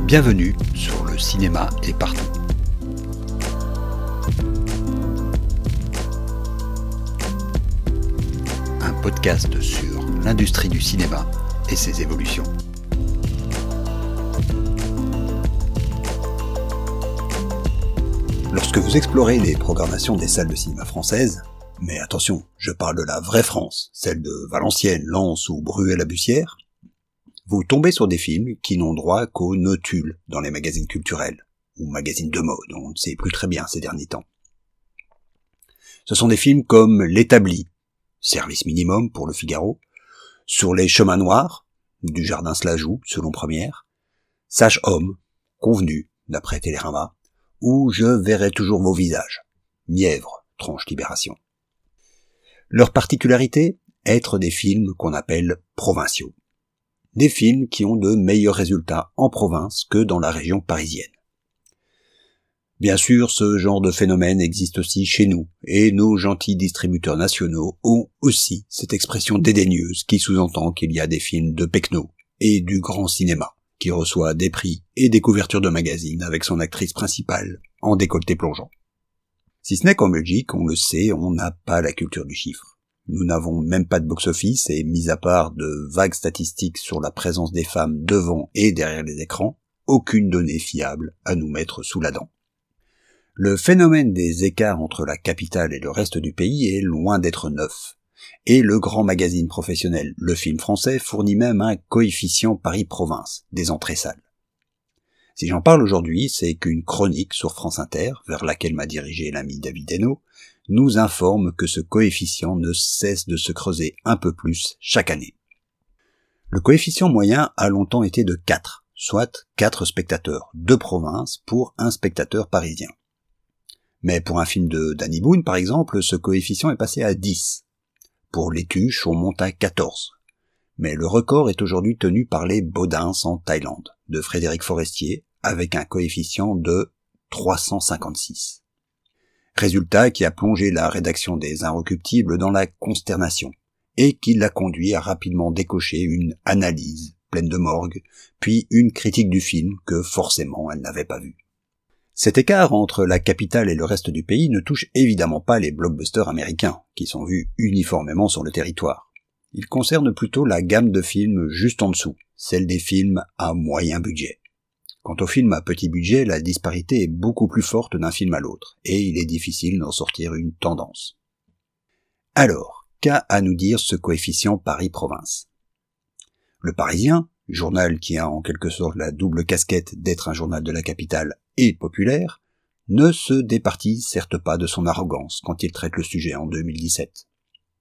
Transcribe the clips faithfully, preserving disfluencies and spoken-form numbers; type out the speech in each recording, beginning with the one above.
Bienvenue sur Le Cinéma est partout. Un podcast sur l'industrie du cinéma et ses évolutions. Lorsque vous explorez les programmations des salles de cinéma françaises, mais attention, je parle de la vraie France, celle de Valenciennes, Lens ou Bruay-la-Bussière, vous tombez sur des films qui n'ont droit qu'aux notules dans les magazines culturels, ou magazines de mode, on ne sait plus très bien ces derniers temps. Ce sont des films comme L'Établi, Service minimum pour Le Figaro, Sur les chemins noirs, du Jardin Slajou, selon Première, Sage homme, Convenu, d'après Télérama, ou Je verrai toujours vos visages, Mièvre, Tronche Libération. Leur particularité, être des films qu'on appelle provinciaux. Des films qui ont de meilleurs résultats en province que dans la région parisienne. Bien sûr, ce genre de phénomène existe aussi chez nous, et nos gentils distributeurs nationaux ont aussi cette expression dédaigneuse qui sous-entend qu'il y a des films de pecno et du grand cinéma, qui reçoit des prix et des couvertures de magazines avec son actrice principale en décolleté plongeant. Si ce n'est qu'en Belgique, on le sait, on n'a pas la culture du chiffre. Nous n'avons même pas de box-office et, mis à part de vagues statistiques sur la présence des femmes devant et derrière les écrans, aucune donnée fiable à nous mettre sous la dent. Le phénomène des écarts entre la capitale et le reste du pays est loin d'être neuf, et le grand magazine professionnel Le Film Français fournit même un coefficient Paris-Province des entrées salles. Si j'en parle aujourd'hui, c'est qu'une chronique sur France Inter, vers laquelle m'a dirigé l'ami David Hainaut, nous informe que ce coefficient ne cesse de se creuser un peu plus chaque année. Le coefficient moyen a longtemps été de quatre, soit quatre spectateurs de province pour un spectateur parisien. Mais pour un film de Danny Boone, par exemple, ce coefficient est passé à dix. Pour Les Tuches, on monte à quatorze. Mais le record est aujourd'hui tenu par Les Baudins en Thaïlande, de Frédéric Forestier, avec un coefficient de trois cent cinquante-six. Résultat qui a plongé la rédaction des Inrecuptibles dans la consternation, et qui l'a conduit à rapidement décocher une analyse pleine de morgue, puis une critique du film que forcément elle n'avait pas vu. Cet écart entre la capitale et le reste du pays ne touche évidemment pas les blockbusters américains, qui sont vus uniformément sur le territoire. Il concerne plutôt la gamme de films juste en dessous, celle des films à moyen budget. Quant aux films à petit budget, la disparité est beaucoup plus forte d'un film à l'autre, et il est difficile d'en sortir une tendance. Alors, qu'a à nous dire ce coefficient Paris-Province ? Le Parisien, journal qui a en quelque sorte la double casquette d'être un journal de la capitale et populaire, ne se départit certes pas de son arrogance quand il traite le sujet en deux mille dix-sept.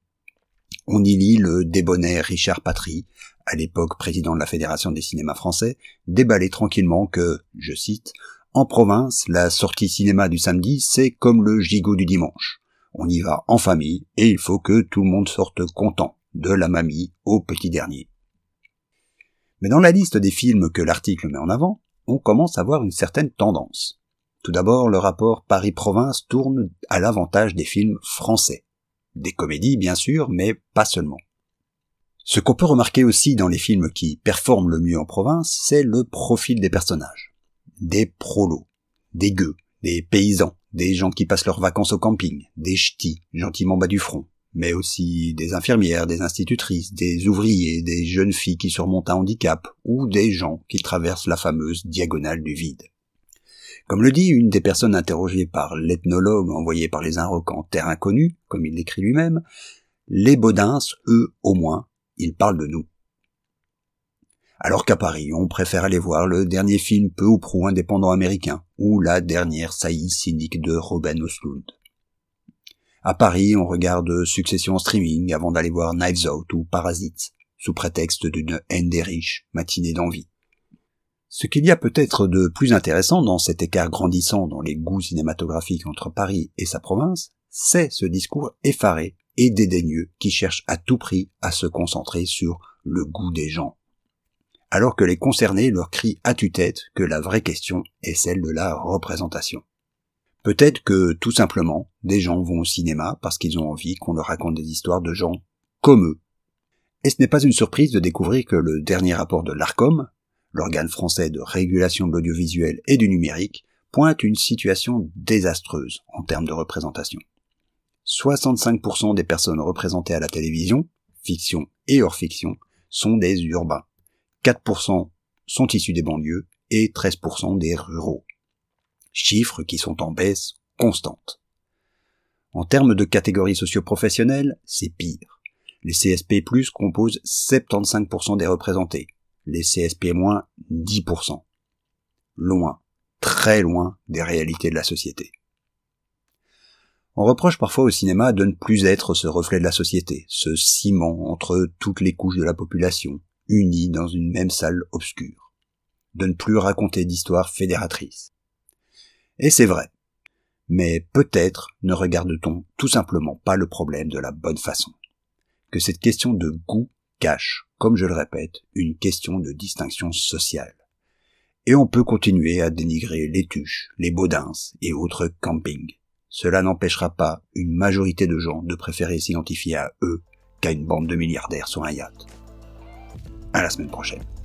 On y lit le débonnaire Richard Patry, à l'époque président de la Fédération des cinémas français, déballer tranquillement que, je cite, « En province, la sortie cinéma du samedi, c'est comme le gigot du dimanche. On y va en famille et il faut que tout le monde sorte content, de la mamie au petit dernier. » Mais dans la liste des films que l'article met en avant, on commence à voir une certaine tendance. Tout d'abord, le rapport Paris-Province tourne à l'avantage des films français. Des comédies, bien sûr, mais pas seulement. Ce qu'on peut remarquer aussi dans les films qui performent le mieux en province, c'est le profil des personnages. Des prolos, des gueux, des paysans, des gens qui passent leurs vacances au camping, des ch'tis, gentiment bas du front, mais aussi des infirmières, des institutrices, des ouvriers, des jeunes filles qui surmontent un handicap, ou des gens qui traversent la fameuse diagonale du vide. Comme le dit une des personnes interrogées par l'ethnologue envoyé par les Inrocks en terre inconnue, comme il l'écrit lui-même, les Baudins, eux, au moins, ils parlent de nous. Alors qu'à Paris, on préfère aller voir le dernier film peu ou prou indépendant américain, ou la dernière saillie cynique de Ruben Östlund. À Paris, on regarde Succession en streaming avant d'aller voir Knives Out ou Parasite, sous prétexte d'une haine des riches, matinée d'envie. Ce qu'il y a peut-être de plus intéressant dans cet écart grandissant dans les goûts cinématographiques entre Paris et sa province, c'est ce discours effaré et dédaigneux qui cherche à tout prix à se concentrer sur le goût des gens. Alors que les concernés leur crient à tue-tête que la vraie question est celle de la représentation. Peut-être que, tout simplement, des gens vont au cinéma parce qu'ils ont envie qu'on leur raconte des histoires de gens comme eux. Et ce n'est pas une surprise de découvrir que le dernier rapport de l'Arcom, l'organe français de régulation de l'audiovisuel et du numérique, pointe une situation désastreuse en termes de représentation. soixante-cinq pour cent des personnes représentées à la télévision, fiction et hors fiction, sont des urbains. quatre pour cent sont issus des banlieues et treize pour cent des ruraux. Chiffres qui sont en baisse constante. En termes de catégories socio-professionnelles, c'est pire. Les C S P plus, composent soixante-quinze pour cent des représentés, les C S P moins, dix pour cent. Loin, très loin des réalités de la société. On reproche parfois au cinéma de ne plus être ce reflet de la société, ce ciment entre toutes les couches de la population, unies dans une même salle obscure. De ne plus raconter d'histoires fédératrices. Et c'est vrai. Mais peut-être ne regarde-t-on tout simplement pas le problème de la bonne façon. Que cette question de goût cache, comme je le répète, une question de distinction sociale. Et on peut continuer à dénigrer les tuches, les baudins et autres campings. Cela n'empêchera pas une majorité de gens de préférer s'identifier à eux qu'à une bande de milliardaires sur un yacht. À la semaine prochaine.